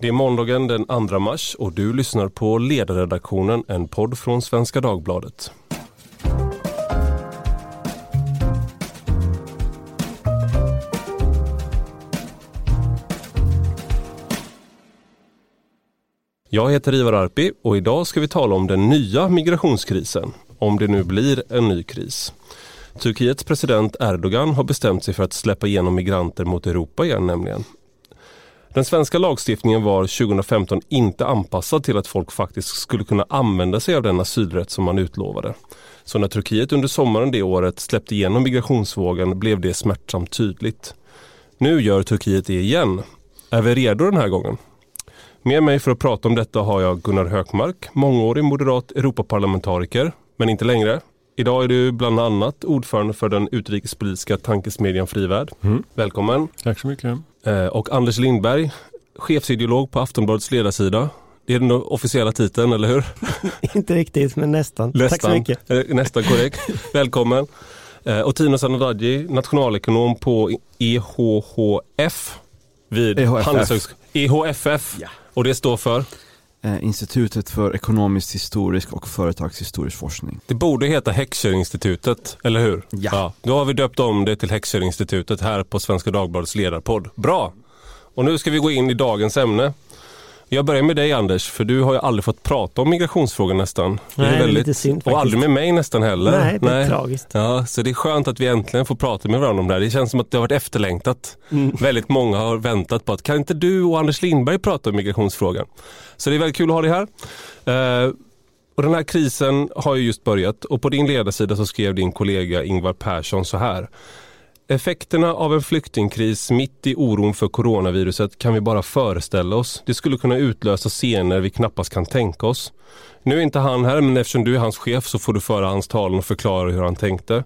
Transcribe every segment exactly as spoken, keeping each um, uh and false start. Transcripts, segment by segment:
Det är måndagen den andra mars och du lyssnar på Ledarredaktionen, en podd från Svenska Dagbladet. Jag heter Ivar Arpi och idag ska vi tala om den nya migrationskrisen, om det nu blir en ny kris. Turkiets president Erdogan har bestämt sig för att släppa igenom migranter mot Europa igen nämligen. Den svenska lagstiftningen var tjugohundrafemton inte anpassad till att folk faktiskt skulle kunna använda sig av den asylrätt som man utlovade. Så när Turkiet under sommaren det året släppte igenom migrationsvågen blev det smärtsamt tydligt. Nu gör Turkiet det igen. Är vi redo den här gången? Med mig för att prata om detta har jag Gunnar Hökmark, mångårig moderat Europaparlamentariker, men inte längre. Idag är du bland annat ordförande för den utrikespolitiska tankesmedjan Frivärd. Mm. Välkommen. Tack så mycket. Eh, och Anders Lindberg, chefsideolog på Aftonbladets ledarsida. Det är den officiella titeln, eller hur? Inte riktigt, men nästan. nästan. Tack så mycket. Eh, nästan korrekt. Välkommen. Eh, och Tino Sanadaji, nationalekonom på E H H F vid E H F F. Handelshögskolan. E H F F. Ja. Och det står för? Institutet för ekonomisk, historisk och företagshistorisk forskning. Det borde heta Heckscher-institutet, eller hur? Ja. ja. Då har vi döpt om det till Heckscher-institutet här på Svenska Dagbladets ledarpodd. Bra! Och nu ska vi gå in i dagens ämne. Jag börjar med dig, Anders, för du har ju aldrig fått prata om migrationsfrågan nästan. Nej, det är väldigt, lite synd, och aldrig med mig nästan heller. Nej, det är Nej. tragiskt. Ja, så det är skönt att vi äntligen får prata med varandra om det här. Det känns som att det har varit efterlängtat. Mm. Väldigt många har väntat på att kan inte du och Anders Lindberg prata om migrationsfrågan? Så det är väldigt kul att ha det här. Uh, och den här krisen har ju just börjat och på din ledarsida så skrev din kollega Ingvar Persson så här. Effekterna av en flyktingkris mitt i oron för coronaviruset kan vi bara föreställa oss. Det skulle kunna utlösa scener vi knappast kan tänka oss. Nu är inte han här, men eftersom du är hans chef så får du föra hans tal och förklara hur han tänkte.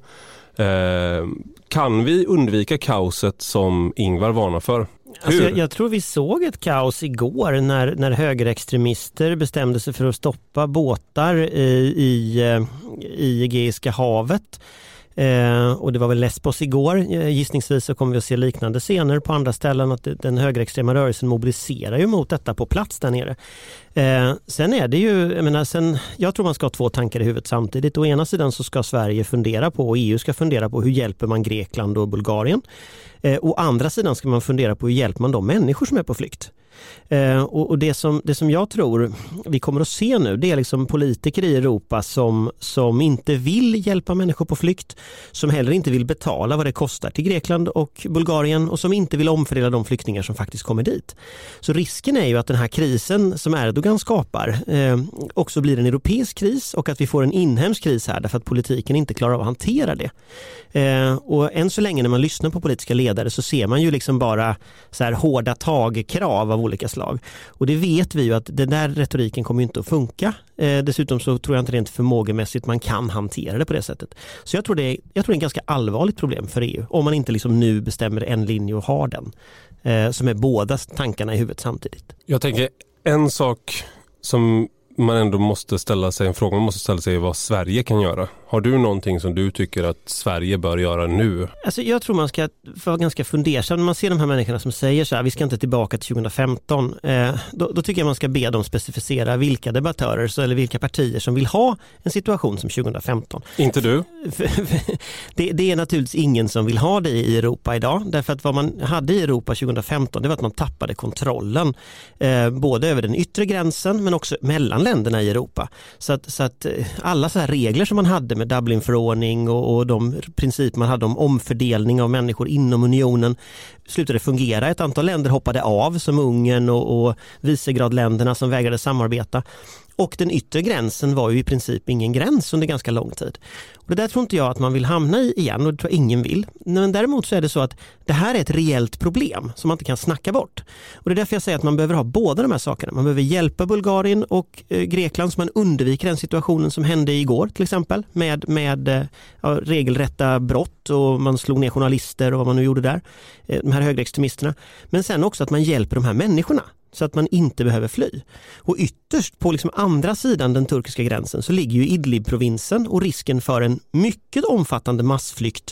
Eh, kan vi undvika kaoset som Ingvar varnar för? Alltså jag, jag tror vi såg ett kaos igår när, när högerextremister bestämde sig för att stoppa båtar i, i, i Egeiska havet. Eh, och det var väl Lesbos igår. Eh, gissningsvis så kommer vi att se liknande scener på andra ställen. Att den högerextrema rörelsen mobiliserar ju mot detta på plats där nere. Eh, sen är det ju, jag menar, sen, jag tror man ska ha två tankar i huvudet samtidigt. Å ena sidan så ska Sverige fundera på och E U ska fundera på hur hjälper man Grekland och Bulgarien. Eh, å andra sidan ska man fundera på hur hjälper man de människor som är på flykt. Eh, och och det, som, det som jag tror vi kommer att se nu, det är liksom politiker i Europa som, som inte vill hjälpa människor på flykt, som heller inte vill betala vad det kostar till Grekland och Bulgarien och som inte vill omfördela de flyktingar som faktiskt kommer dit. Så risken är ju att den här krisen som Erdogan skapar eh, också blir en europeisk kris och att vi får en inhemsk kris här därför att politiken inte klarar av att hantera det. Eh, och än så länge när man lyssnar på politiska ledare så ser man ju liksom bara så här hårda tagkrav av olika slag. Och det vet vi ju att den där retoriken kommer inte att funka. Eh, dessutom så tror jag inte rent förmågemässigt man kan hantera det på det sättet. Så jag tror det är, jag tror det är ett ganska allvarligt problem för E U om man inte liksom nu bestämmer en linje och har den. Eh, som är båda tankarna i huvudet samtidigt. Jag tänker en sak som man ändå måste ställa sig en fråga, man måste ställa sig vad Sverige kan göra. Har du någonting som du tycker att Sverige bör göra nu? Alltså jag tror man ska vara ganska fundersam. När man ser de här människorna som säger så här, vi ska inte tillbaka till tjugohundrafemton, eh, då, då tycker jag man ska be dem specificera vilka debattörer så, eller vilka partier som vill ha en situation som tjugohundrafemton. Inte du? det, det är naturligtvis ingen som vill ha det i Europa idag, därför att vad man hade i Europa tjugohundrafemton det var att man tappade kontrollen eh, både över den yttre gränsen men också mellan länderna i Europa. Så att, så att alla så här regler som man hade med Dublinförordning och, och de principer man hade om omfördelning av människor inom unionen slutade fungera. Ett antal länder hoppade av som Ungern och, och Visegradländerna som vägrade samarbeta. Och den yttre gränsen var ju i princip ingen gräns under ganska lång tid. Och det där tror inte jag att man vill hamna i igen och det tror jag ingen vill. Men däremot så är det så att det här är ett reellt problem som man inte kan snacka bort. Och det är därför jag säger att man behöver ha båda de här sakerna. Man behöver hjälpa Bulgarien och eh, Grekland så man undviker den situationen som hände igår till exempel. Med, med eh, regelrätta brott och man slog ner journalister och vad man nu gjorde där. Eh, de här högerextremisterna. Men sen också att man hjälper de här människorna. Så att man inte behöver fly. Och ytterst på liksom andra sidan den turkiska gränsen så ligger ju Idlib-provinsen och risken för en mycket omfattande massflykt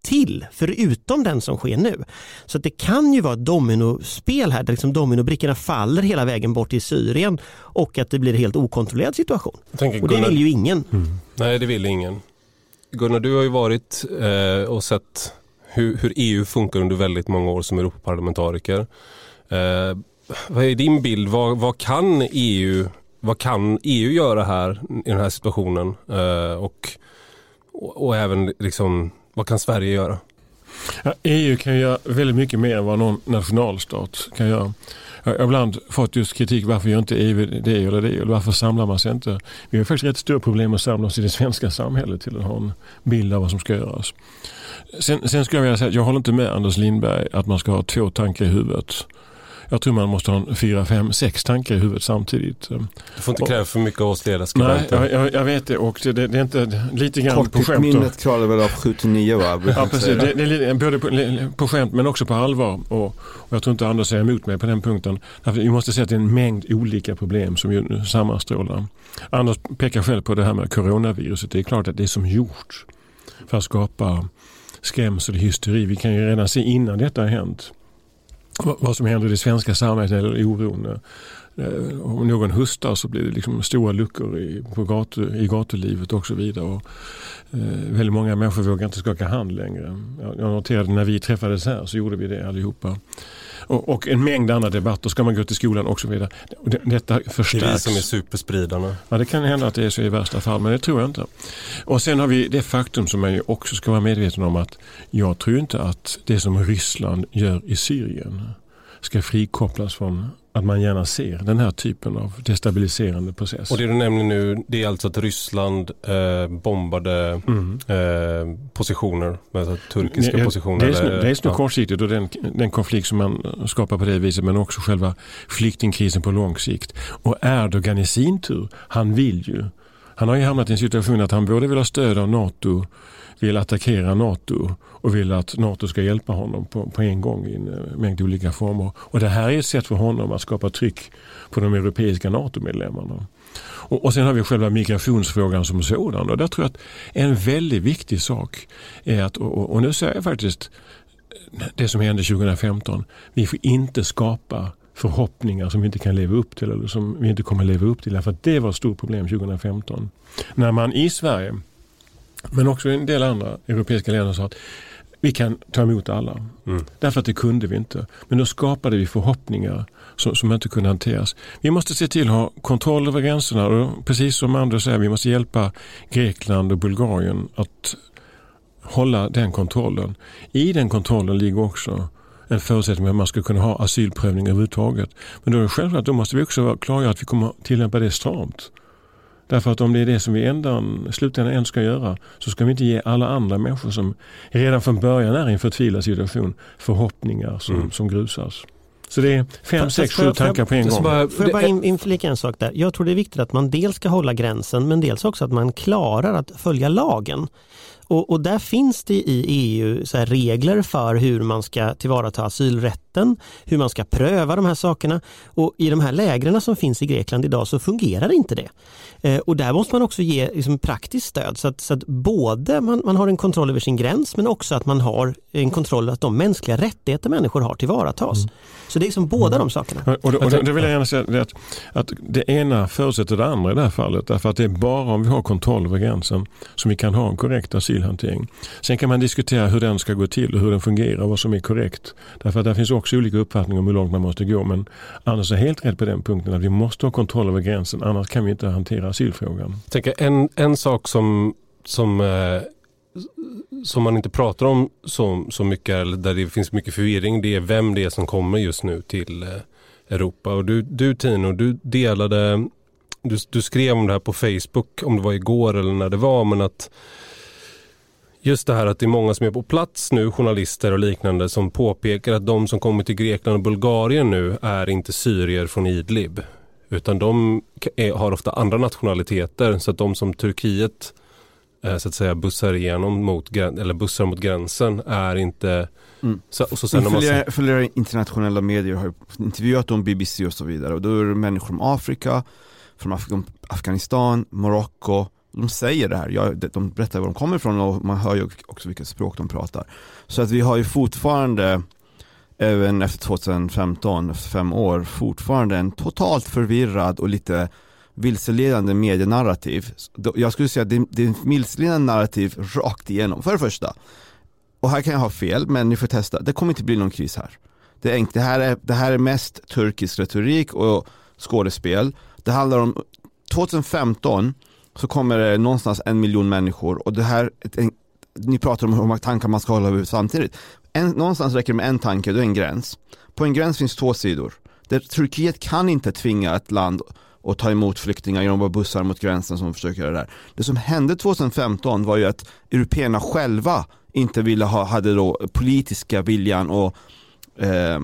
till förutom den som sker nu. Så att det kan ju vara ett dominospel här där liksom dominobrickorna faller hela vägen bort till Syrien och att det blir en helt okontrollerad situation. Tänker, och det Gunnar, vill ju ingen. Mm. Nej, det vill ingen. Gunnar, du har ju varit eh, och sett hur, hur E U funkar under väldigt många år som Europaparlamentariker. Eh, vad är din bild? Vad, vad kan E U vad kan E U göra här i den här situationen? Eh, och, och, och även liksom, vad kan Sverige göra? Ja, E U kan göra väldigt mycket mer än vad någon nationalstat kan göra. Jag har ibland fått just kritik, varför gör inte E U det eller det, eller varför samlar man sig inte? Vi har faktiskt rätt stora problem att samla oss i det svenska samhället till att ha en bild av vad som ska göras. Sen, sen skulle jag vilja säga att jag håller inte med Anders Lindberg att man ska ha två tankar i huvudet. Jag tror man måste ha en fyra, fem, sex tankar i huvudet samtidigt. Du får inte kräva för mycket av oss ledarskribenter. Nej, jag, jag vet det, och det, det är inte lite grann Kort, på skämt. Minnet kvalar väl av sju till nio, va? Ja, precis. Det, det är både på, på skämt men också på allvar. Och, och jag tror inte Anders säger emot mig på den punkten. Därför vi måste se att det är en mängd olika problem som ju sammanstrålar. Anders pekar själv på det här med coronaviruset. Det är klart att det är som gjort för att skapa skrämsel och hysteri. Vi kan ju redan se innan detta har hänt vad som händer i det svenska samhället eller oron. Om någon hustar så blir det liksom stora luckor i, på gatu, i gatulivet och så vidare. Och, eh, väldigt många människor vågar inte skaka hand längre. Jag, jag noterade när vi träffades här så gjorde vi det allihopa. Och, och en mängd andra debatter. Ska man gå till skolan och så vidare. Det, detta förstärks. Det är vi som är superspridarna. Ja, det kan hända att det är så i värsta fall, men det tror jag inte. Och sen har vi det faktum som man ju också ska vara medveten om, att jag tror inte att det som Ryssland gör i Syrien ska frikopplas från att man gärna ser den här typen av destabiliserande process. Och det du nämner nu, det är alltså att Ryssland eh, bombade mm. eh, positioner, alltså turkiska det, positioner. Det är, det är ja. kortsiktigt, och den, den konflikt som man skapar på det viset, men också själva flyktingkrisen på lång sikt. Och Erdogan i sin tur, han vill ju, han har ju hamnat i en situation att han både vill ha stöd av NATO, vill attackera NATO och vill att NATO ska hjälpa honom på, på en gång i en mängd olika former. Och det här är ett sätt för honom att skapa tryck på de europeiska NATO-medlemmarna. Och, och sen har vi själva migrationsfrågan som sådan. Och där tror jag att en väldigt viktig sak är att, och, och nu säger jag faktiskt det som hände tjugohundrafemton, vi får inte skapa förhoppningar som vi inte kan leva upp till eller som vi inte kommer leva upp till. För att det var ett stort problem tjugohundrafemton. När man i Sverige, men också en del andra europeiska länder, sa att vi kan ta emot alla. Mm. Därför att det kunde vi inte. Men då skapade vi förhoppningar som, som inte kunde hanteras. Vi måste se till att ha kontroll över gränserna. Och precis som Anders säger, vi måste hjälpa Grekland och Bulgarien att hålla den kontrollen. I den kontrollen ligger också en förutsättning att man ska kunna ha asylprövning överhuvudtaget. Men då är det självklart att då måste vi också klargöra att vi kommer att tillämpa det stramt. Därför att om det är det som vi ändan, slutändan än ska göra, så ska vi inte ge alla andra människor som redan från början är i en förtvivlad situation förhoppningar som, mm. som grusas. Så det är fem, sex, sju tankar på en gång. Bara, får jag bara inflika en sak där? Jag tror det är viktigt att man dels ska hålla gränsen, men dels också att man klarar att följa lagen. Och, och där finns det i E U så här regler för hur man ska tillvarata asylrätten, hur man ska pröva de här sakerna. Och i de här lägren som finns i Grekland idag så fungerar inte det. Eh, och där måste man också ge liksom, praktiskt stöd så att, så att både man, man har en kontroll över sin gräns, men också att man har en kontroll att de mänskliga rättigheter människor har tillvaratas. Mm. Så det är som båda mm. de sakerna. Och, och, och det, det vill jag gärna säga att, att det ena förutsätter det andra i det här fallet. Därför att det är bara om vi har kontroll över gränsen som vi kan ha en korrekt asylhantering. Sen kan man diskutera hur den ska gå till och hur den fungerar och vad som är korrekt. Därför att det finns också olika uppfattningar om hur långt man måste gå. Men Anders är helt rätt på den punkten att vi måste ha kontroll över gränsen. Annars kan vi inte hantera asylfrågan. Jag tänker en, en sak som, som, eh, som man inte pratar om så, så mycket, eller där det finns mycket förvirring, det är vem det är som kommer just nu till eh, Europa. Och du, du Tino, du delade, du, du skrev om det här på Facebook, om det var igår eller när det var, men att just det här att det är många som är på plats nu, journalister och liknande, som påpekar att de som kommer till Grekland och Bulgarien nu är inte syrier från Idlib. Utan de är, har ofta andra nationaliteter, så att de som Turkiet eh, så att säga bussar igenom mot, eller bussar mot gränsen är inte... Mm. Så, och så sen följer, följer internationella medier har intervjuat om B B C och så vidare. Och då är det människor från Afrika, från Af- Afghanistan, Marocko, De säger det här, jag, de berättar var de kommer ifrån och man hör ju också vilket språk de pratar. Så att vi har ju fortfarande, även efter tjugohundrafemton, efter fem år, fortfarande en totalt förvirrad och lite vilseledande medienarrativ. Jag skulle säga att det, det är en vilseledande narrativ rakt igenom. För det första, och här kan jag ha fel, men ni får testa, det kommer inte bli någon kris här. Det, är, det, här, är, det här är mest turkisk retorik och skådespel. Det handlar om tjugohundrafemton så kommer det någonstans en miljon människor och det här, en, ni pratar om hur många tankar man ska hålla över samtidigt. En, någonstans räcker det med en tanke, det är en gräns. På en gräns finns två sidor. Där Turkiet kan inte tvinga ett land att ta emot flyktingar genom att bussar mot gränsen som försöker det där. Det som hände tjugohundrafemton var ju att européerna själva inte ville ha, hade då politiska viljan och eh,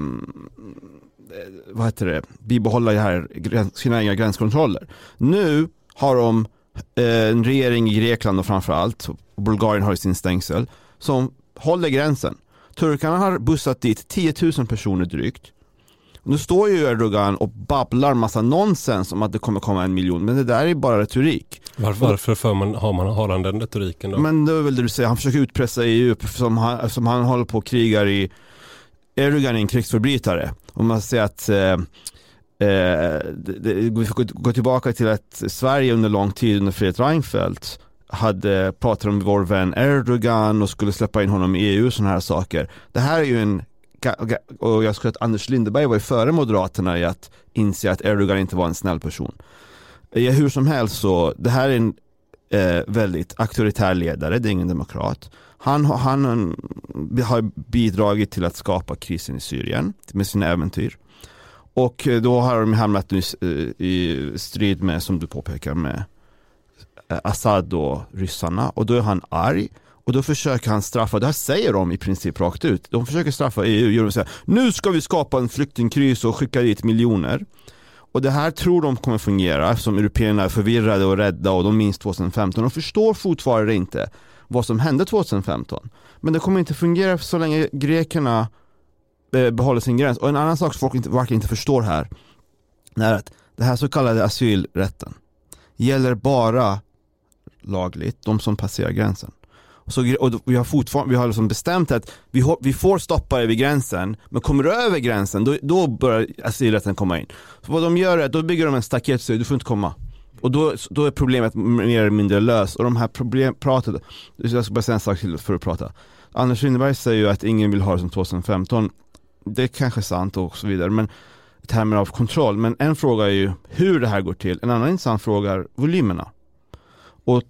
vad heter det, bibehålla det här, sina egna gränskontroller. Nu har de eh, en regering i Grekland och framförallt, och Bulgarien har sin stängsel, som håller gränsen. Turkarna har bussat dit tio tusen personer drygt. Nu står ju Erdogan och babblar massa nonsens om att det kommer komma en miljon, men det där är bara retorik. Varför, varför för man, har, man, har han den retoriken då? Men det är väl det du säger, han försöker utpressa E U som han, som han håller på och krigar i. Erdogan är en krigsförbrytare. Om man säger att eh, eh, vi får gå tillbaka till att Sverige under lång tid under Fredrik Reinfeldt hade pratat om vår vän Erdogan och skulle släppa in honom i E U och sådana här saker. Det här är ju en, och jag skulle att Anders Lindeberg var ju före Moderaterna i att inse att Erdogan inte var en snäll person. Ja, hur som helst så, det här är en eh, väldigt auktoritär ledare, det är ingen demokrat. Han, han har bidragit till att skapa krisen i Syrien med sina äventyr. Och då har de hamnat i strid med, som du påpekar, med Assad och ryssarna. Och då är han arg. Och då försöker han straffa, det här säger de i princip rakt ut. De försöker straffa E U genom att säga, nu ska vi skapa en flyktingkris och skicka dit miljoner. Och det här tror de kommer fungera, som européerna är förvirrade och rädda och de minns tjugohundrafemton. De förstår fortfarande inte vad som hände tjugohundrafemton. Men det kommer inte fungera så länge grekerna behåller sin gräns. Och en annan sak som folk inte, verkligen inte förstår här är att det här så kallade asylrätten gäller bara lagligt de som passerar gränsen. Så, och vi har fortfarande vi har liksom bestämt att vi, vi får stoppa vid gränsen, men kommer du över gränsen då, då börjar asylrätten komma in. Så vad de gör är att då bygger de en staket så du får inte komma. Och då, då är problemet mer eller mindre löst. Och de här problem pratet, jag ska bara säga en sak till för att prata. Anders Lindeberg säger ju att ingen vill ha det som tjugohundrafemton. Det är kanske sant och så vidare, men i termer av kontroll. Men en fråga är ju hur det här går till. En annan intressant fråga är volymerna. Och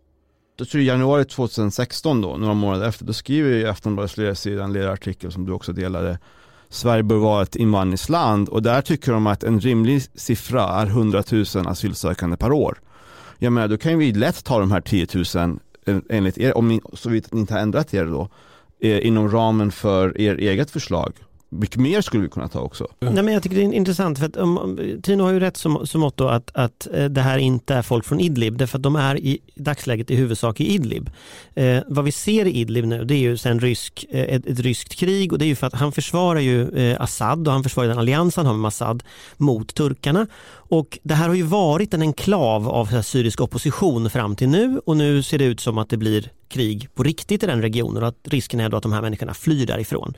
då tror jag i januari tjugohundrasexton då, några månader efter, då skriver ju Aftonbladets ledarsida en ledarartikel som du också delade. Sverige bör vara ett invandringsland och där tycker de att en rimlig siffra är hundratusen asylsökande per år. Jag menar, då kan vi lätt ta de här tio tusen enligt er, om ni, så vitt ni inte har ändrat er då, inom ramen för er eget förslag. Mycket mer skulle vi kunna ta också. Nej, men jag tycker det är intressant för att um, Tino har ju rätt som, som motto att, att uh, det här inte är folk från Idlib, därför att de är i dagsläget i huvudsak i Idlib. Uh, vad vi ser i Idlib nu, det är ju sen rysk, uh, ett, ett ryskt krig, och det är ju för att han försvarar ju uh, Assad och han försvarar den allians han har med Assad mot turkarna. Och det här har ju varit en enklav av här, syrisk opposition fram till nu, och nu ser det ut som att det blir krig på riktigt i den regionen och att risken är då att de här människorna flyr därifrån.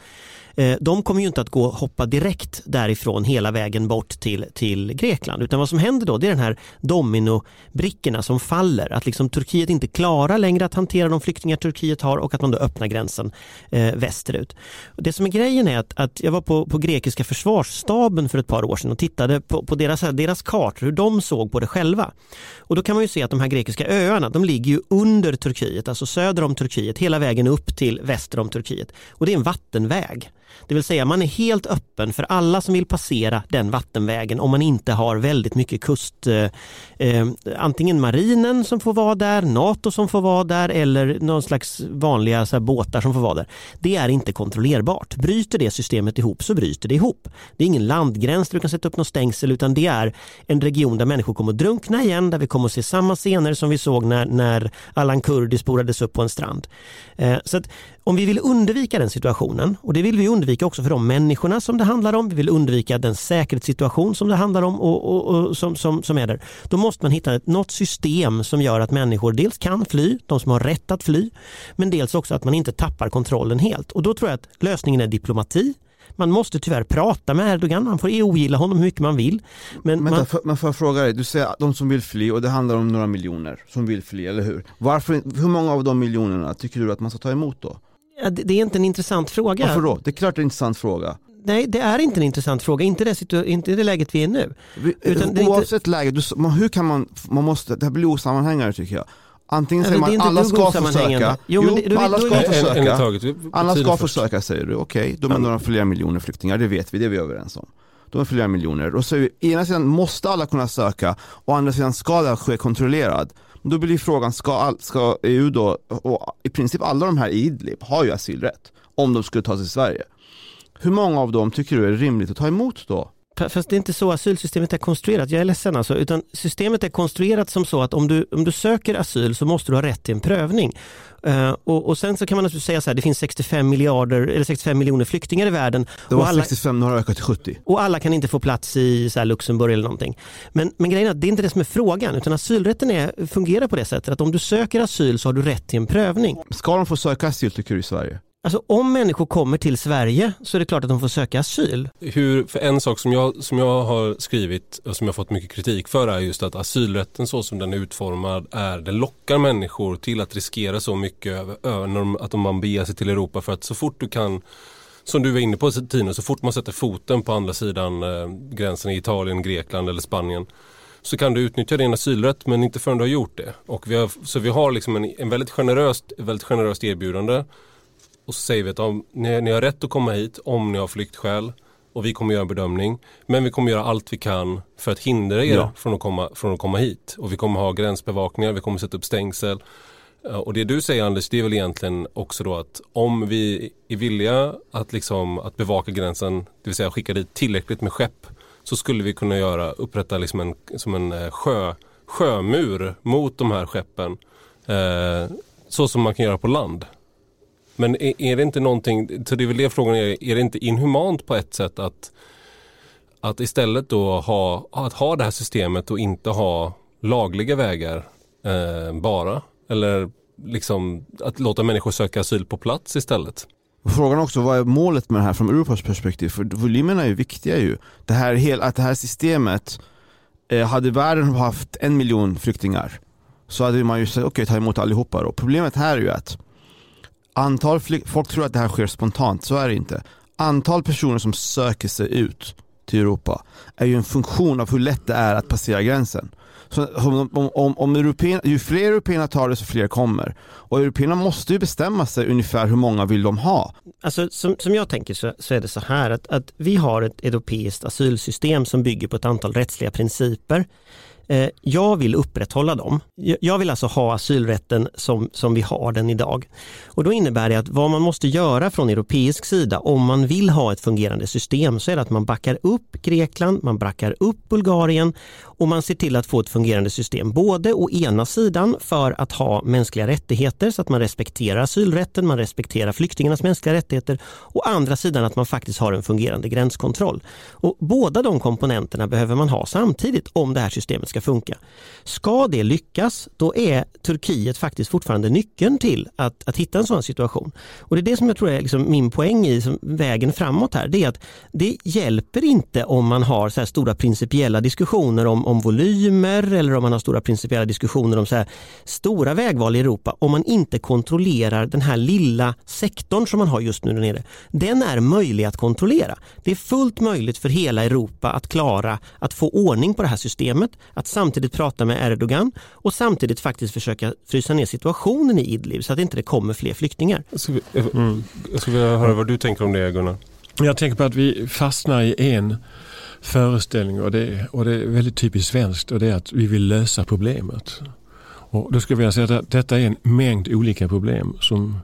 De kommer ju inte att gå och hoppa direkt därifrån hela vägen bort till, till Grekland, utan vad som händer då, det är den här dominobrickorna som faller, att liksom Turkiet inte klarar längre att hantera de flyktingar Turkiet har och att man då öppnar gränsen eh, västerut. Det som är grejen är att, att jag var på, på grekiska försvarsstaben för ett par år sedan och tittade på, på deras, deras kartor, hur de såg på det själva. Och då kan man ju se att de här grekiska öarna, de ligger ju under Turkiet, alltså söder om Turkiet, hela vägen upp till väster om Turkiet. Och det är en vattenväg. Det vill säga man är helt öppen för alla som vill passera den vattenvägen om man inte har väldigt mycket kust. Eh, eh, antingen marinen som får vara där, NATO som får vara där eller någon slags vanliga så här, båtar som får vara där. Det är inte kontrollerbart. Bryter det systemet ihop så bryter det ihop. Det är ingen landgräns där du kan sätta upp någon stängsel, utan det är en region där människor kommer att drunkna igen, där vi kommer att se samma scener som vi såg när, när Allan Kurdi spolades upp på en strand. Eh, så att Om vi vill undvika den situationen, och det vill vi undvika också för de människorna som det handlar om, vi vill undvika den säkerhetssituation som det handlar om och, och, och som, som, som är där, då måste man hitta ett, något system som gör att människor dels kan fly, de som har rätt att fly, men dels också att man inte tappar kontrollen helt. Och då tror jag att lösningen är diplomati. Man måste tyvärr prata med Erdogan, man får ogilla honom hur mycket man vill. Men, men, man... för, men får jag fråga dig, du säger att de som vill fly, och det handlar om några miljoner som vill fly, eller hur? Varför, hur många av de miljonerna tycker du att man ska ta emot då? Ja, det, det är inte en intressant fråga. Varför då? Det är klart det är en intressant fråga. Nej, det är inte en intressant fråga, inte det, situ- inte det läget vi är nu. Vi, Utan det är oavsett inte... läge, du, man, hur kan man, man måste, det här blir osammanhängare tycker jag. Antingen säger man att alla ska försöka. Jo, jo, men det, alla ska då, försöka. En, en taget, alla ska först. försöka säger du. Okej, okay, de är några flera miljoner flyktingar, det vet vi, det är vi överens om. De är flera miljoner. Och så är vi, ena sidan måste alla kunna söka, och andra sidan ska det ske kontrollerad. Då blir frågan, ska, all, ska E U då, och i princip alla de här i Idlib har ju asylrätt om de skulle ta sig till Sverige. Hur många av dem tycker du är rimligt att ta emot då? Fast det är inte så asylsystemet är konstruerat, jag är ledsen alltså, utan systemet är konstruerat som så att om du, om du söker asyl så måste du ha rätt till en prövning. Uh, och, och sen så kan man naturligtvis säga så här, det finns sextiofem miljarder eller sextiofem miljoner flyktingar i världen. Det var och alla, sextiofem, nu har det ökat till sjuttio. Och alla kan inte få plats i så här Luxemburg eller någonting. Men, men grejen är att det är inte det som är frågan, utan asylrätten är, fungerar på det sättet att om du söker asyl så har du rätt till en prövning. Ska de få söka asyl tycker du i Sverige? Alltså om människor kommer till Sverige så är det klart att de får söka asyl. Hur, för en sak som jag, som jag har skrivit och som jag har fått mycket kritik för är just att asylrätten så som den är utformad är, den lockar människor till att riskera så mycket över, när de, att de man beger sig till Europa, för att så fort du kan, som du var inne på Tino, så fort man sätter foten på andra sidan eh, gränsen i Italien, Grekland eller Spanien, så kan du utnyttja din asylrätt, men inte förrän du har gjort det. Och vi har, så vi har liksom en, en väldigt generöst, väldigt generöst erbjudande. Och så säger vi att om, ni, ni har rätt att komma hit om ni har flyktskäl, och vi kommer göra en bedömning. Men vi kommer göra allt vi kan för att hindra er ja. från, att komma, från att komma hit. Och vi kommer ha gränsbevakningar, vi kommer sätta upp stängsel. Och det du säger, Anders, det är väl egentligen också då att om vi är villiga att, liksom, att bevaka gränsen, det vill säga skicka dit tillräckligt med skepp, så skulle vi kunna göra, upprätta liksom en, som en sjö, sjömur mot de här skeppen. Eh, så som man kan göra på land. Men är, är det inte någonting, så det är väl det frågan är, är det inte inhumant på ett sätt att, att istället då ha, att ha det här systemet och inte ha lagliga vägar eh, bara? Eller liksom att låta människor söka asyl på plats istället? Frågan också, vad är målet med det här från Europas perspektiv? För volymerna är ju viktiga ju. Det här, hel, att det här systemet, eh, hade världen haft en miljon flyktingar så hade man ju sagt, okej, okay, ta emot allihopa då. Problemet här är ju att antal flyk- folk tror att det här sker spontant, så är det inte. Antal personer som söker sig ut till Europa är ju en funktion av hur lätt det är att passera gränsen. Så om, om, om, om européer, ju fler européerna tar det så fler kommer. Och européerna måste ju bestämma sig ungefär hur många vill de ha. Alltså som, som jag tänker så, så är det så här att, att vi har ett europeiskt asylsystem som bygger på ett antal rättsliga principer. Eh, jag vill upprätthålla dem. Jag, jag vill alltså ha asylrätten som, som vi har den idag. Och då innebär det att vad man måste göra från europeisk sida om man vill ha ett fungerande system, så är det att man backar upp Grekland, man backar upp Bulgarien och man ser till att få ett fungerande system. Både å ena sidan för att ha mänskliga rättigheter så att man respekterar asylrätten, man respekterar flyktingarnas mänskliga rättigheter, och å andra sidan att man faktiskt har en fungerande gränskontroll. Och båda de komponenterna behöver man ha samtidigt om det här systemet ska funka. Ska det lyckas, då är Turkiet faktiskt fortfarande nyckeln till att, att hitta en sån situation. Och det är det som jag tror är liksom min poäng i som vägen framåt här. Det är att det hjälper inte om man har så här stora principiella diskussioner om, om volymer, eller om man har stora principiella diskussioner om så här stora vägval i Europa, om man inte kontrollerar den här lilla sektorn som man har just nu där nere. Den är möjlig att kontrollera. Det är fullt möjligt för hela Europa att klara att få ordning på det här systemet, att samtidigt prata med Erdogan och samtidigt faktiskt försöka frysa ner situationen i Idlib så att inte det kommer fler flyktingar. Jag skulle, mm. jag skulle vilja höra vad du tänker om det, Gunnar. Jag tänker på att vi fastnar i en föreställning, och det, och det är väldigt typiskt svenskt, och det är att vi vill lösa problemet. Och då skulle jag vilja säga att detta är en mängd olika problem som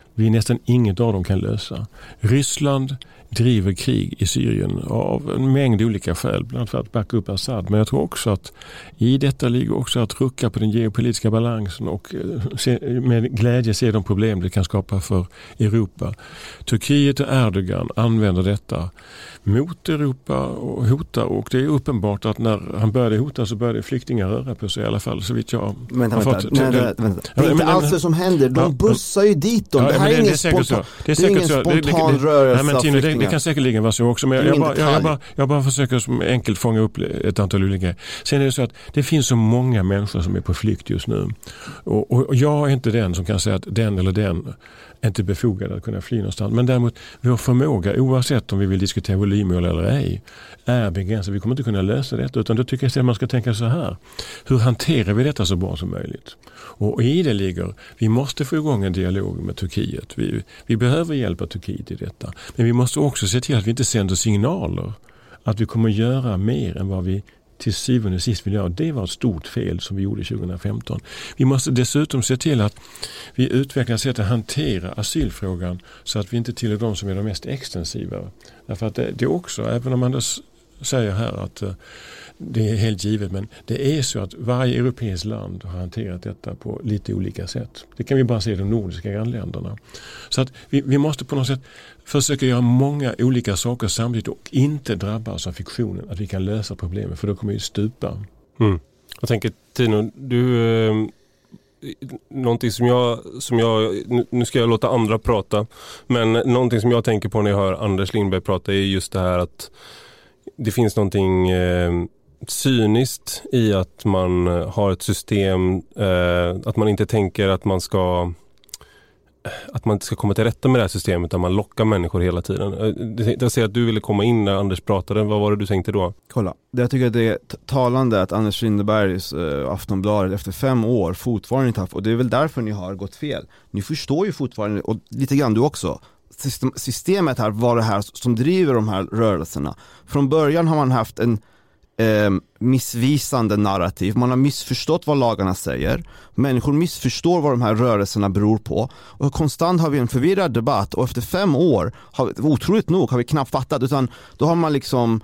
vi nästan inget av dem kan lösa. Ryssland driver krig i Syrien av en mängd olika skäl, bland annat för att backa upp Assad. Men jag tror också att i detta ligger också att rucka på den geopolitiska balansen och se, med glädje se de problem det kan skapa för Europa. Turkiet och Erdogan använder detta mot Europa och hotar, och det är uppenbart att när han började hota så började flyktingar röra på sig i alla fall, så vitt jag vänta, har vänta, fått. Nej, det, vänta. Det är Ja, inte men, alls det som händer, de ja, bussar ju dit dem. Ja, det här det, är ingen det är spontan, det är det är ingen så. spontan det, det, rörelse nej, men, av Tino, det, flyktingar. det kan säkerligen vara så också, men jag, jag, bara, jag, jag, bara, jag bara försöker som enkelt fånga upp ett antal olika grejer. Sen är det så att det finns så många människor som är på flykt just nu, och, och, och jag är inte den som kan säga att den eller den är inte befogad att kunna fly någonstans. Men däremot vår förmåga, oavsett om vi vill diskutera volymmål eller ej, är begränsad. Vi kommer inte kunna lösa detta, utan då tycker jag att man ska tänka så här. Hur hanterar vi detta så bra som möjligt? Och i det ligger, vi måste få igång en dialog med Turkiet. Vi, vi behöver hjälpa Turkiet i detta. Men vi måste också se till att vi inte sänder signaler att vi kommer göra mer än vad vi till syvende och sist vill göra. Det var ett stort fel som vi gjorde tjugohundrafemton. Vi måste dessutom se till att vi utvecklar sätt att hantera asylfrågan så att vi inte tillhör de som är de mest extensiva. Därför att det, det är också, även om man då säger här att uh, det är helt givet, men det är så att varje europeiskt land har hanterat detta på lite olika sätt. Det kan vi bara se i de nordiska grannländerna. Så att vi, vi måste på något sätt försöka göra många olika saker samtidigt och inte drabbas av fiktionen att vi kan lösa problemet, för då kommer vi stupa. Mm. Jag tänker, Tino, du... Eh, någonting som jag, som jag... Nu ska jag låta andra prata, men någonting som jag tänker på när jag hör Anders Lindberg prata är just det här att det finns någonting eh, cyniskt i att man har ett system, eh, att man inte tänker att man ska att man inte ska komma till rätta med det här systemet, utan man lockar människor hela tiden. Jag ser att du ville komma in när Anders pratade. Vad var det du tänkte då? Kolla, jag tycker att det är talande att Anders Lindbergs äh, Aftonbladet efter fem år fortfarande inte har, och det är väl därför ni har gått fel. Ni förstår ju fortfarande, och lite grann du också, system, systemet här var det här som driver de här rörelserna. Från början har man haft en Eh, missvisande narrativ. Man har missförstått vad lagarna säger. Människor missförstår vad de här rörelserna beror på. Och konstant har vi en förvirrad debatt, och efter fem år har vi, otroligt nog, har vi knappt fattat, utan då har man liksom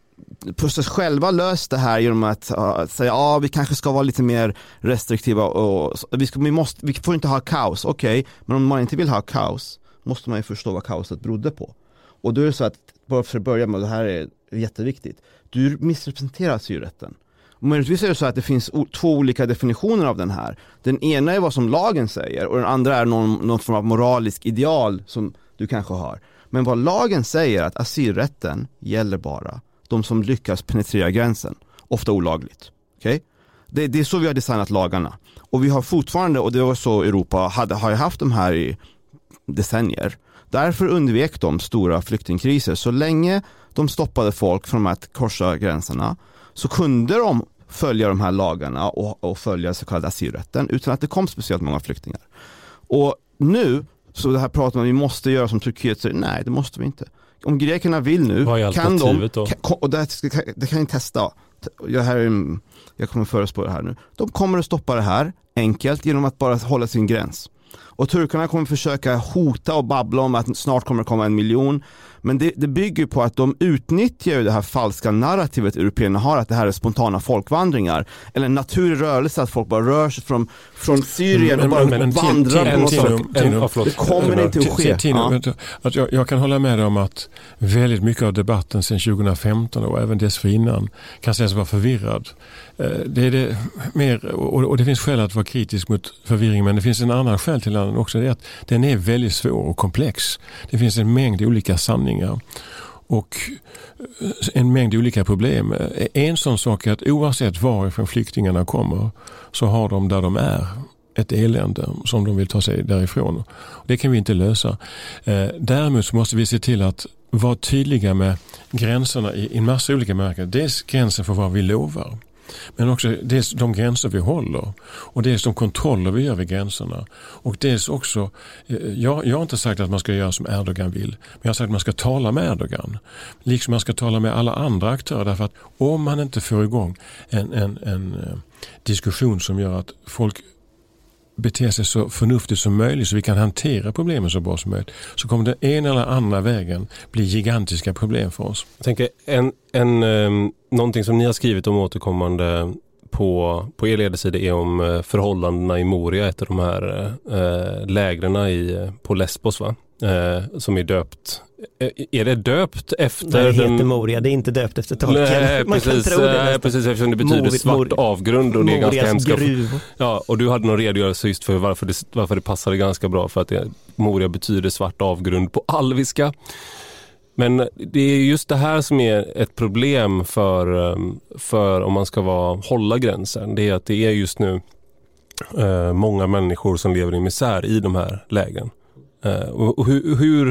på sig själva löst det här genom att uh, säga ja, ah, vi kanske ska vara lite mer restriktiva och, och vi, ska, vi, måste, vi får inte ha kaos. Okej, okay, men om man inte vill ha kaos måste man ju förstå vad kaoset berodde på. Och då är det så att, bara för att börja med, det här är jätteviktigt, du missrepresenterar asylrätten. Och möjligtvis är det så att det finns o- två olika definitioner av den här. Den ena är vad som lagen säger, och den andra är någon, någon form av moralisk ideal som du kanske har. Men vad lagen säger är att asylrätten gäller bara de som lyckas penetrera gränsen, ofta olagligt. Okay? Det, det är så vi har designat lagarna. Och vi har fortfarande, och det var så Europa hade, har ju haft de här i decennier. Därför undvek de stora flyktingkriser. Så länge de stoppade folk från att korsa gränserna så kunde de följa de här lagarna och, och följa så kallade asylrätten utan att det kom speciellt många flyktingar. Och nu, så det här pratar man, vi måste göra som Turkiet säger, nej det måste vi inte. Om grekerna vill nu, kan de, då? Kan, och det, det kan ni testa. Jag, här, jag kommer förespå det här nu. De kommer att stoppa det här enkelt genom att bara hålla sin gräns. Och turkarna kommer försöka hota och babbla om att snart kommer det komma en miljon. Men det, det bygger på att de utnyttjar det här falska narrativet européerna har, att det här är spontana folkvandringar. Eller en naturlig rörelse, att folk bara rör sig från, från Syrien och bara men, men, vandrar Tino, på något Tino, sätt. Tino, Det kommer inte att ske. Tino, Ja. att jag, jag kan hålla med dig om att väldigt mycket av debatten sedan tjugohundrafemton och även dessförinnan kan sägas vara förvirrad. Det är det mer, och det finns skäl att vara kritisk mot förvirring, men det finns en annan skäl till den också, det är att den är väldigt svår och komplex. Det finns en mängd olika sanningar och en mängd olika problem. En sån sak är att oavsett varifrån flyktingarna kommer så har de där de är ett elände som de vill ta sig därifrån. Det kan vi inte lösa. Däremot så måste vi se till att vara tydliga med gränserna i en massa olika märken. Dels gränsen för vad vi lovar, men också dels de gränser vi håller och dels de kontroller vi gör vid gränserna. Och dels också, jag, jag har inte sagt att man ska göra som Erdogan vill, men jag har sagt att man ska tala med Erdogan. Liksom man ska tala med alla andra aktörer, därför att om man inte får igång en, en, en diskussion som gör att folk bete sig så förnuftigt som möjligt så vi kan hantera problemen så bra som möjligt, så kommer den ena eller andra vägen bli gigantiska problem för oss. Jag tänker, en, en, um, någonting som ni har skrivit om återkommande på, på er ledarsida är om förhållandena i Moria, ett av de här uh, lägren i, på Lesbos, va? Uh, som är döpt. Är det döpt efter... Det heter den... Moria, det är inte döpt efter tolken. Nej, Man precis, kan tro det precis, eftersom det betyder Mor- svart Mor- avgrund och det är ganska hemska. gruv. Ja, och du hade någon redogörelse just för varför det, varför det passade ganska bra, för att det, Moria betyder svart avgrund på alviska. Men det är just det här som är ett problem för, för om man ska vara, hålla gränsen. Det är att det är just nu eh, många människor som lever i misär i de här lägren. Eh, och, och hur, hur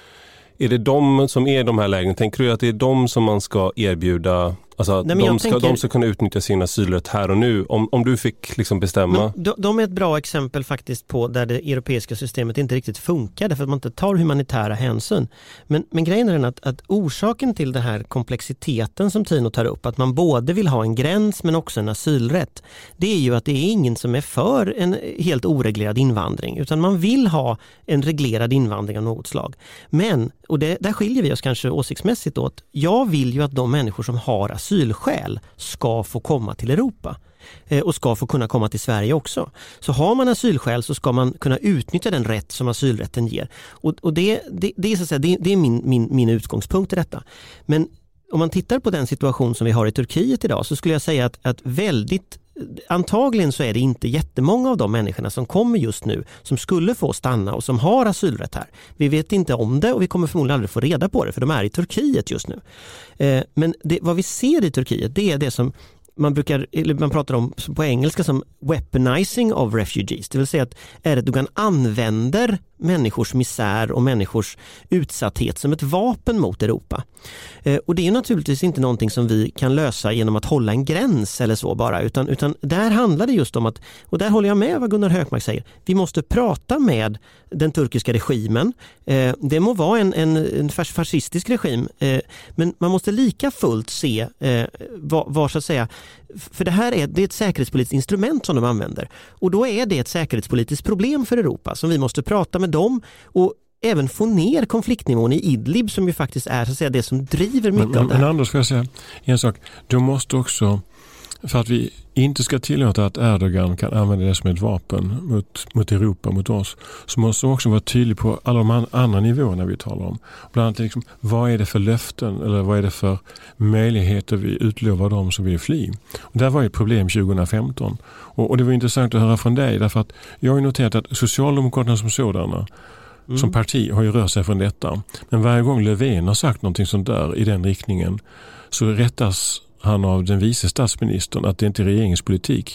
är det de som är de här lägren? Tänker du att det är de som man ska erbjuda, alltså Nej, de, ska, tänker... de ska kunna utnyttja sin asylrätt här och nu? Om, om du fick liksom bestämma? Men de, de är ett bra exempel faktiskt på där det europeiska systemet inte riktigt funkar därför att man inte tar humanitära hänsyn. Men, men grejen är den att, att orsaken till den här komplexiteten som Tino tar upp, att man både vill ha en gräns men också en asylrätt, det är ju att det är ingen som är för en helt oreglerad invandring, utan man vill ha en reglerad invandring av något slag. Men, och det, där skiljer vi oss kanske åsiktsmässigt åt, jag vill ju att de människor som har asylskäl ska få komma till Europa eh, och ska få kunna komma till Sverige också. Så har man asylskäl så ska man kunna utnyttja den rätt som asylrätten ger. Och, och det, det, det är, så att säga, det, det är min, min, min utgångspunkt i detta. Men om man tittar på den situation som vi har i Turkiet idag så skulle jag säga att, att väldigt antagligen så är det inte jättemånga av de människorna som kommer just nu som skulle få stanna och som har asylrätt här. Vi vet inte om det och vi kommer förmodligen aldrig få reda på det för de är i Turkiet just nu. Eh, men det, vad vi ser i Turkiet, det är det som man brukar, eller man pratar om på engelska som weaponizing of refugees. Det vill säga att Erdogan använder människors misär och människors utsatthet som ett vapen mot Europa. Eh, och det är naturligtvis inte någonting som vi kan lösa genom att hålla en gräns eller så bara, utan, utan där handlar det just om att, och där håller jag med vad Gunnar Hökmark säger, vi måste prata med den turkiska regimen. Eh, det må vara en, en, en fascistisk regim, eh, men man måste lika fullt se eh, vad, vad så att säga, för det här är, det är ett säkerhetspolitiskt instrument som de använder. Och då är det ett säkerhetspolitiskt problem för Europa som vi måste prata med dem och även få ner konfliktnivån i Idlib som ju faktiskt är så att säga, det som driver mycket men, av det här. Men Anders, ska jag säga en sak. Du måste också, för att vi inte ska tillåta att Erdogan kan använda det som ett vapen mot, mot Europa, mot oss, så måste också vara tydlig på alla de andra nivåerna vi talar om. Bland annat liksom, vad är det för löften eller vad är det för möjligheter vi utlovar dem som vill fly. Och där var ett problem tjugohundrafemton. Och, och det var intressant att höra från dig därför att jag har noterat att Socialdemokraterna som sådana Mm. som parti har ju rört sig från detta. Men varje gång Löfven har sagt någonting sånt där i den riktningen så rättas han av den vice statsministern att det inte är regeringens politik.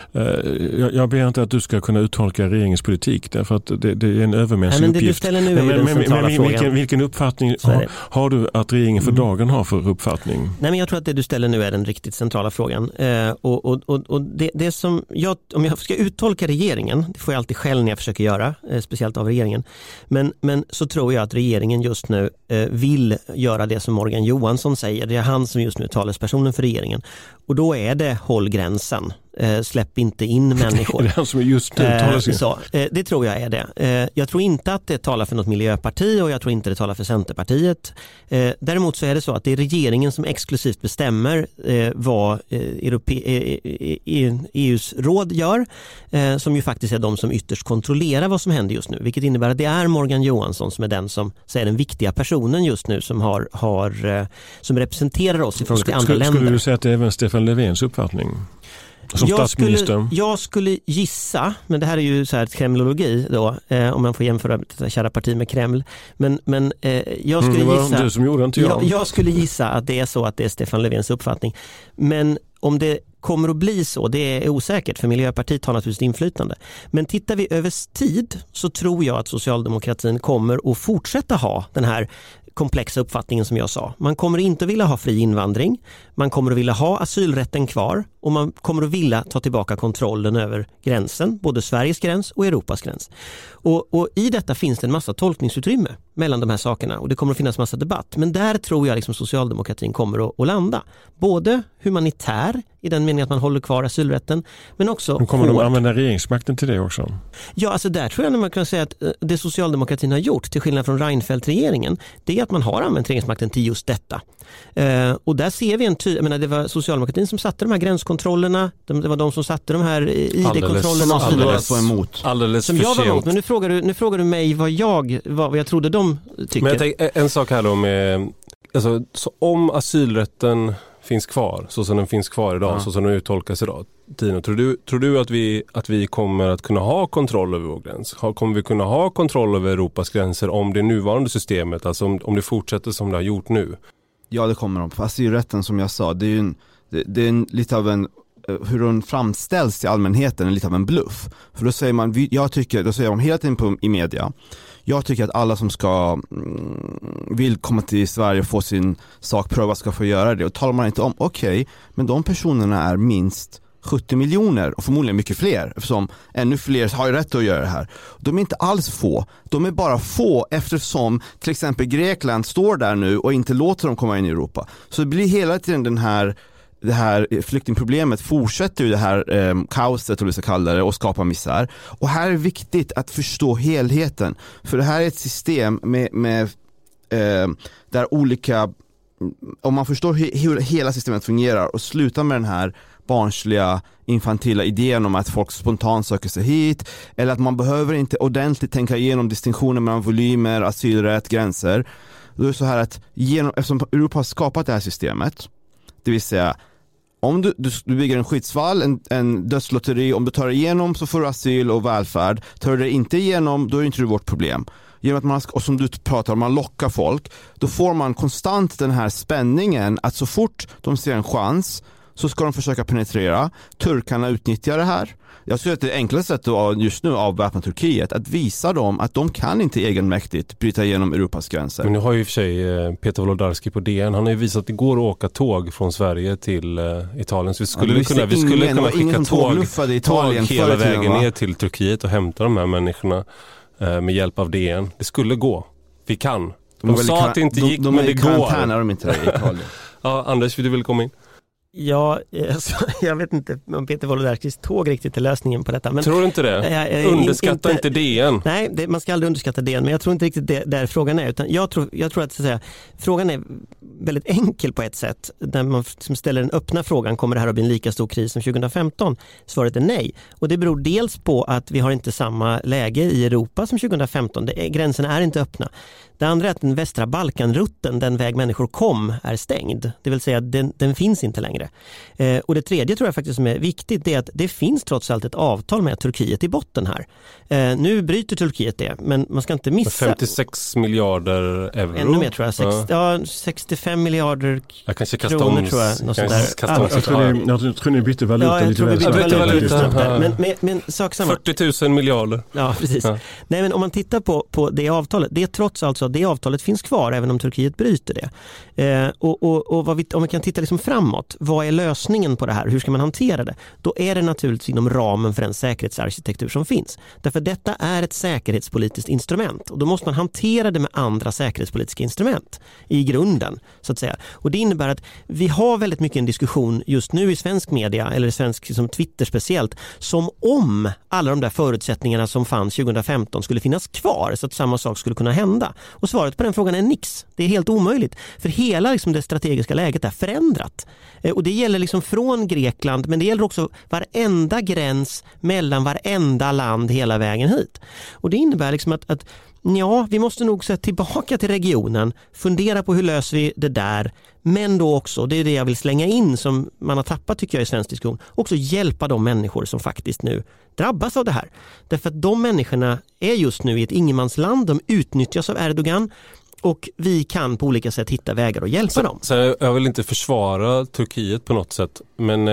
Jag, jag ber inte att du ska kunna uttolka regeringens politik därför att det, det är en övermänsklig Nej, men det uppgift. du ställer nu är men, den centrala men, frågan. Vilken, vilken uppfattning har, har du att regeringen för Mm. dagen har för uppfattning? Nej, men jag tror att det du ställer nu är den riktigt centrala frågan. Eh, och och, och, och det, det som jag, om jag ska uttolka regeringen, det får jag alltid själv när jag försöker göra, eh, speciellt av regeringen. Men, men så tror jag att regeringen just nu eh, vill göra det som Morgan Johansson säger. Det är han som just nu är talespersonen för regeringen. Och då är det håll gränsen. Eh, släpp inte in människor. Det är han som är just nu eh, talar sig. så, eh, det tror jag är det. Eh, jag tror inte att det talar för något miljöparti och jag tror inte det talar för Centerpartiet. Eh, däremot så är det så att det är regeringen som exklusivt bestämmer eh, vad eh, Europe- eh, eh, E U:s råd gör, eh, som ju faktiskt är de som ytterst kontrollerar vad som händer just nu. Vilket innebär att det är Morgan Johansson som är den som så är den viktiga personen just nu som, har, har, eh, som representerar oss ifrån Sk- till andra skulle, länder. Skulle du säga att det är även Stefan Löfvens uppfattning? Som jag statsminister? Skulle, jag skulle gissa, men det här är ju så här kremlologi då, eh, om man får jämföra det kära parti med Kreml. Men, men eh, jag skulle mm, gissa... Du som gjorde, inte jag. jag. Jag skulle gissa att det är så att det är Stefan Löfvens uppfattning. Men om det kommer att bli så, det är osäkert för Miljöpartiet har naturligtvis inflytande. Men tittar vi över tid så tror jag att socialdemokratin kommer att fortsätta ha den här komplexa uppfattningen som jag sa. Man kommer inte att vilja ha fri invandring. Man kommer att vilja ha asylrätten kvar. och man kommer att vilja ta tillbaka kontrollen över gränsen, både Sveriges gräns och Europas gräns. Och, och i detta finns det en massa tolkningsutrymme mellan de här sakerna och det kommer att finnas massa debatt. Men där tror jag liksom socialdemokratin kommer att, att landa. Både humanitär i den meningen att man håller kvar asylrätten, men också nu kommer hård. de använda regeringsmakten till det också? Ja, alltså där tror jag att man kan säga att det socialdemokratin har gjort, till skillnad från Reinfeldt-regeringen, det är att man har använt regeringsmakten till just detta. Uh, och där ser vi en tydlig, jag menar, det var socialdemokratin som satte de här gränskontrollerna, det var de som satte de här I D-kontrollerna. Alldeles, alldeles var emot. Alldeles som för jag var emot, sent. men nu frågar du, nu frågar du mig vad jag, vad, vad jag trodde de tycker. Men jag tänker, en sak här då med, alltså, så om asylrätten finns kvar, så som den finns kvar idag, ja. så som den uttolkas idag. Tino, tror du, tror du att, vi, att vi kommer att kunna ha kontroll över vår gräns? Kommer vi kunna ha kontroll över Europas gränser om det nuvarande systemet, alltså om, om det fortsätter som det har gjort nu? Ja, det kommer de. För asylrätten, som jag sa, det är ju en, det, det är en, lite av en, hur den framställs till allmänheten är lite av en bluff. För då säger man, jag tycker, då säger de hela tiden på, i media, jag tycker att alla som ska mm, vill komma till Sverige och få sin sak prövad ska få göra det. Och talar man inte om, okej, okay, men de personerna är minst sjuttio miljoner och förmodligen mycket fler, eftersom ännu fler har ju rätt att göra det här. De är inte alls få, de är bara få eftersom till exempel Grekland står där nu och inte låter dem komma in i Europa. Så det blir hela tiden den här, det här flyktingproblemet fortsätter ju det här eh, kaoset, och vi ska kalla det, och skapa misär. Och här är det viktigt att förstå helheten, för det här är ett system med, med eh, där olika, om man förstår hur hela systemet fungerar och slutar med den här barnsliga, infantila idén om att folk spontant söker sig hit, eller att man behöver inte ordentligt tänka igenom distinktioner mellan volymer, asylrätt, gränser. Då är det så här att genom, eftersom Europa har skapat det här systemet, det vill säga om du, du, du bygger en skyddsvall, en, en dödslotteri, om du tar det igenom så får du asyl och välfärd. Tar du det inte igenom, då är det inte vårt problem. Genom att man, och som du pratar om, man lockar folk, då får man konstant den här spänningen att så fort de ser en chans så ska de försöka penetrera. Turkarna utnyttjar det här. Jag tror att det enklaste sättet just nu avväpna Turkiet, att visa dem att de kan inte egenmäktigt bryta igenom Europas gränser. Men nu har ju i och för sig Peter Wolodarski på D N, han har ju visat att det går att åka tåg från Sverige till Italien. Så vi skulle ja, kunna, vi skulle ingen, kunna skicka tåg, i Italien tåg hela vägen ner till Turkiet och hämta de här människorna eh, med hjälp av D N. Det skulle gå. Vi kan. De, de sa att det inte gick, de, de men det går. De är i karantän när de inte är i Italien. Ja, Anders, vill du väl komma in? Ja, alltså, jag vet inte om Peter Wolodarskis tåg riktigt är lösningen på detta. Men, tror du inte det? Jag, jag, Underskatta inte, inte D N. Nej, det, man ska aldrig underskatta D N, men jag tror inte riktigt det där frågan är. Utan jag, tror, jag tror att, så att säga, frågan är väldigt enkel på ett sätt. När man som ställer den öppna frågan, kommer det här att bli en lika stor kris som tjugo femton? Svaret är nej. Och det beror dels på att vi har inte samma läge i Europa som tjugo femton. Det är, gränserna är inte öppna. Det andra är att den västra Balkanrutten, den väg människor kom, är stängd. Det vill säga den, den finns inte längre. Eh, och det tredje tror jag faktiskt som är viktigt, det är att det finns trots allt ett avtal med Turkiet i botten här. Eh, nu bryter Turkiet det, men man ska inte missa... femtiosex miljarder euro. Ännu mer tror jag. Sex, ja. Ja, sextiofem miljarder jag kanske kronor om, tror jag. Något sådär. Ja, jag, tror ni, jag tror ni bytte valuta ja, lite väl. Ja, bytte valuta. valuta. Men, men, men sak samma. fyrtio tusen miljarder. Ja, precis. Ja. Nej, men om man tittar på, på det avtalet, det är trots allt så att det avtalet finns kvar även om Turkiet bryter det. Eh, och och, och vad vi, om vi kan titta liksom framåt, vad är lösningen på det här? Hur ska man hantera det? Då är det naturligtvis inom ramen för den säkerhetsarkitektur som finns. Därför detta är ett säkerhetspolitiskt instrument och då måste man hantera det med andra säkerhetspolitiska instrument i grunden, så att säga. Och det innebär att vi har väldigt mycket en diskussion just nu i svensk media, eller i svensk som Twitter speciellt, som om alla de där förutsättningarna som fanns tjugo femton skulle finnas kvar, så att samma sak skulle kunna hända. Och svaret på den frågan är nix. Det är helt omöjligt. För hela liksom, det strategiska läget är förändrat. Eh, och det gäller liksom från Grekland, men det gäller också varenda gräns mellan varenda land hela vägen hit. Och det innebär liksom att, att ja, vi måste nog se tillbaka till regionen, fundera på hur löser vi det där, men då också, det är det jag vill slänga in som man har tappat tycker jag i svensk diskussion, också hjälpa de människor som faktiskt nu drabbas av det här. Därför att de människorna är just nu i ett ingenmansland, de utnyttjas av Erdogan och vi kan på olika sätt hitta vägar att hjälpa så, dem. Så jag vill inte försvara Turkiet på något sätt, men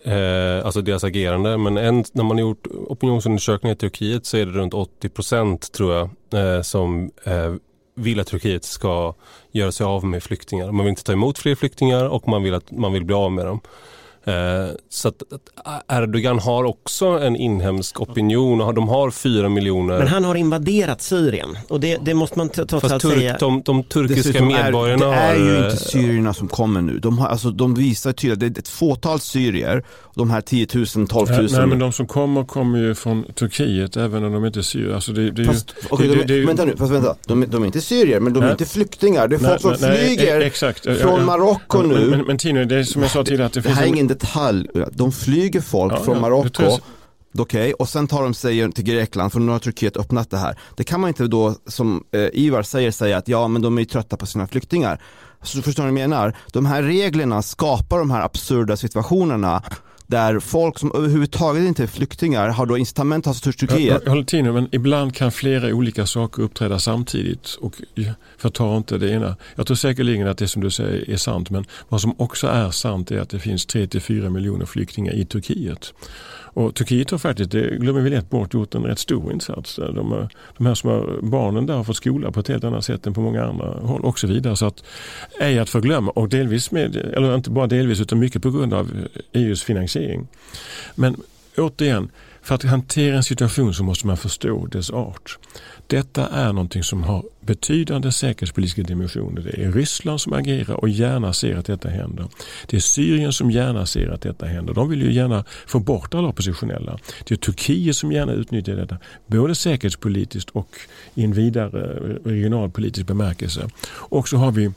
eh, alltså deras agerande, men en, när man har gjort opinionsundersökningar i Turkiet så är det runt åttio procent tror jag eh, som eh, vill att Turkiet ska göra sig av med flyktingar. Man vill inte ta emot fler flyktingar och man vill att man vill bli av med dem. Så att Erdogan har också en inhemsk opinion och de har fyra miljoner. Men han har invaderat Syrien och det, det måste man trots allt turk, säga. De, de turkiska medborgarna är, det är har... ju inte syrierna som kommer nu. De, har, alltså, de visar tydligt, det är ett fåtal syrier, de här tio tusen, tolv tusen. Nej, men de som kommer kommer ju från Turkiet även om de inte är syrier. Alltså det, det är fast, ju, okay, det, de, det, det, vänta nu, fast vänta. De, de är inte syrier, men de nej. är inte flyktingar. Det är folk nej, som nej, flyger exakt. från ja, ja. Marocko nu. Men, men, men Tino, det är som jag sa tidigare att det, det finns här är en... ingen detalj. De flyger folk ja, från ja, Marocko. Jag... Okej, okay, och sen tar de sig till Grekland för nu har Turkiet öppnat det här. Det kan man inte då, som eh, Ivar säger, säga att ja, men de är ju trötta på sina flyktingar. Så förstår ni vad jag menar? De här reglerna skapar de här absurda situationerna där folk som överhuvudtaget inte är flyktingar har då incitament att ta till Turkiet. Jag, jag håller till nu, men ibland kan flera olika saker uppträda samtidigt och förtar inte det ena. Jag tror säkerligen att det som du säger är sant, men vad som också är sant är att det finns tre till fyra miljoner flyktingar i Turkiet. Och Turkiet har faktiskt, det glömmer vi lätt bort, gjort en rätt stor insats. De, de här som har, barnen där har fått skola på ett helt annat sätt än på många andra håll och så vidare. Så att är att förglömma, och delvis med, eller inte bara delvis utan mycket på grund av E U:s finansiering. Men återigen, för att hantera en situation så måste man förstå dess art. Detta är någonting som har betydande säkerhetspolitiska dimensioner. Det är Ryssland som agerar och gärna ser att detta händer. Det är Syrien som gärna ser att detta händer. De vill ju gärna få bort alla oppositionella. Det är Turkiet som gärna utnyttjar detta. Både säkerhetspolitiskt och i en vidare regionalpolitisk bemärkelse. Och så har vi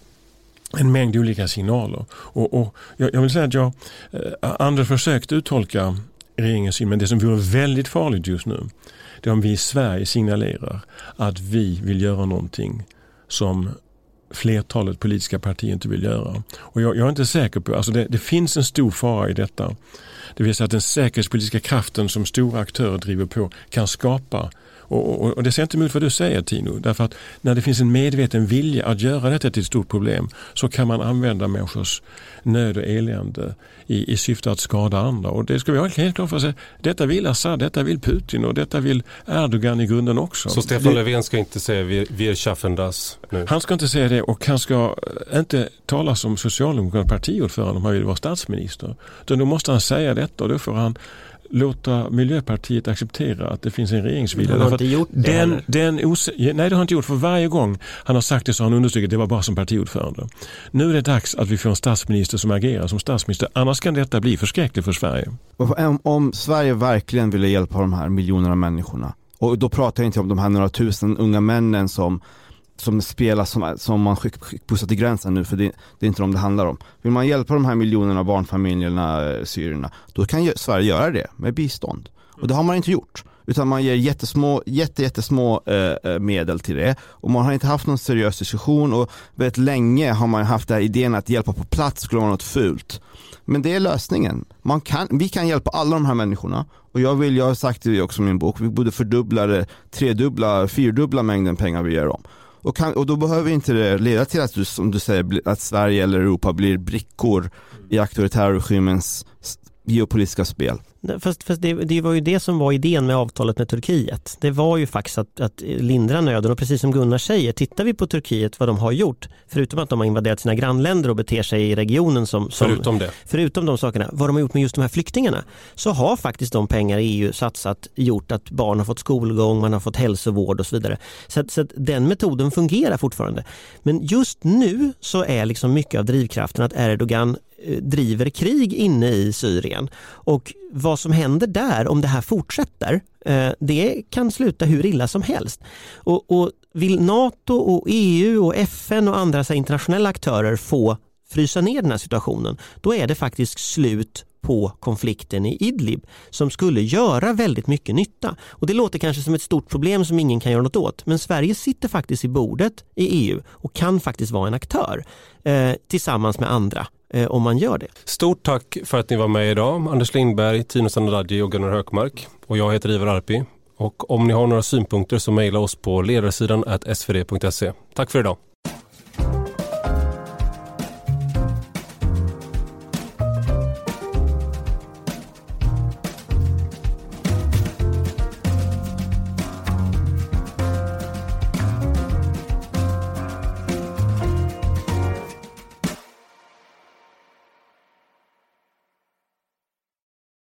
en mängd olika signaler. Och, och jag, jag vill säga att jag, eh, Anders försökte uttolka regeringens syn, men det som vore väldigt farligt just nu, det är om vi i Sverige signalerar att vi vill göra någonting som flertalet politiska partier inte vill göra. Och jag, jag är inte säker på, alltså det, det finns en stor fara i detta. Det vill säga att den säkerhetspolitiska kraften som stora aktörer driver på kan skapa. Och, och, och det ser inte emot vad du säger, Tino. Därför att när det finns en medveten vilja att göra detta till ett stort problem så kan man använda människors nöd och elände i, i syfte att skada andra. Och det ska vi ha helt klart för sig. Detta vill Assad, detta vill Putin och detta vill Erdogan i grunden också. Så Stefan det, Löfven ska inte säga vi, vi är schaffen das nu? Han ska inte säga det och han ska inte tala som socialdemokrat partiordförande om han vill vara statsminister. Utan då måste han säga detta och då får han låta Miljöpartiet acceptera att det finns en regeringsvilja. Han har inte gjort det den, den os- Nej, det har han inte gjort. För varje gång han har sagt det så har han understrukit att det var bara som partiordförande. Nu är det dags att vi får en statsminister som agerar som statsminister. Annars kan detta bli förskräckligt för Sverige. Om, om Sverige verkligen ville hjälpa de här miljonerna människorna, och då pratar jag inte om de här några tusen unga männen som som spelar som, som man skick, skick pussar till gränsen nu, för det, det är inte om det handlar om. Vill man hjälpa de här miljonerna barnfamiljerna, syrierna, då kan Sverige göra det med bistånd. Och det har man inte gjort. Utan man ger jättesmå, jätte, jättesmå eh, medel till det. Och man har inte haft någon seriös diskussion och väldigt länge har man haft den här idén att hjälpa på plats skulle vara något fult. Men det är lösningen. Man kan, vi kan hjälpa alla de här människorna. Och jag vill, jag har sagt det också i min bok, vi borde fördubbla det, tredubbla, fyrdubbla mängden pengar vi ger dem. Och, kan, och då behöver inte det leda till att du, som du säger, att Sverige eller Europa blir brickor i auktoritärregimens geopolitiska spel. Fast, fast det, det var ju det som var idén med avtalet med Turkiet. Det var ju faktiskt att, att lindra nöden, och precis som Gunnar säger, tittar vi på Turkiet vad de har gjort, förutom att de har invaderat sina grannländer och beter sig i regionen som, som förutom det. Förutom de sakerna, vad de har gjort med just de här flyktingarna, så har faktiskt de pengar E U satsat gjort att barn har fått skolgång, man har fått hälsovård och så vidare. Så att, så att den metoden fungerar fortfarande. Men just nu så är liksom mycket av drivkraften att Erdogan driver krig inne i Syrien, och vad som händer där om det här fortsätter, det kan sluta hur illa som helst. Och, och vill NATO och E U och F N och andra så internationella aktörer få frysa ner den här situationen, då är det faktiskt slut på konflikten i Idlib som skulle göra väldigt mycket nytta. Och det låter kanske som ett stort problem som ingen kan göra något åt, men Sverige sitter faktiskt i bordet i E U och kan faktiskt vara en aktör eh, tillsammans med andra eh, om man gör det. Stort tack för att ni var med idag. Anders Lindberg, Tino Sandaladji och Gunnar Hökmark. Och jag heter Ivar Arpi. Och om ni har några synpunkter så mejla oss på ledarsidan at s v d punkt se. Tack för idag.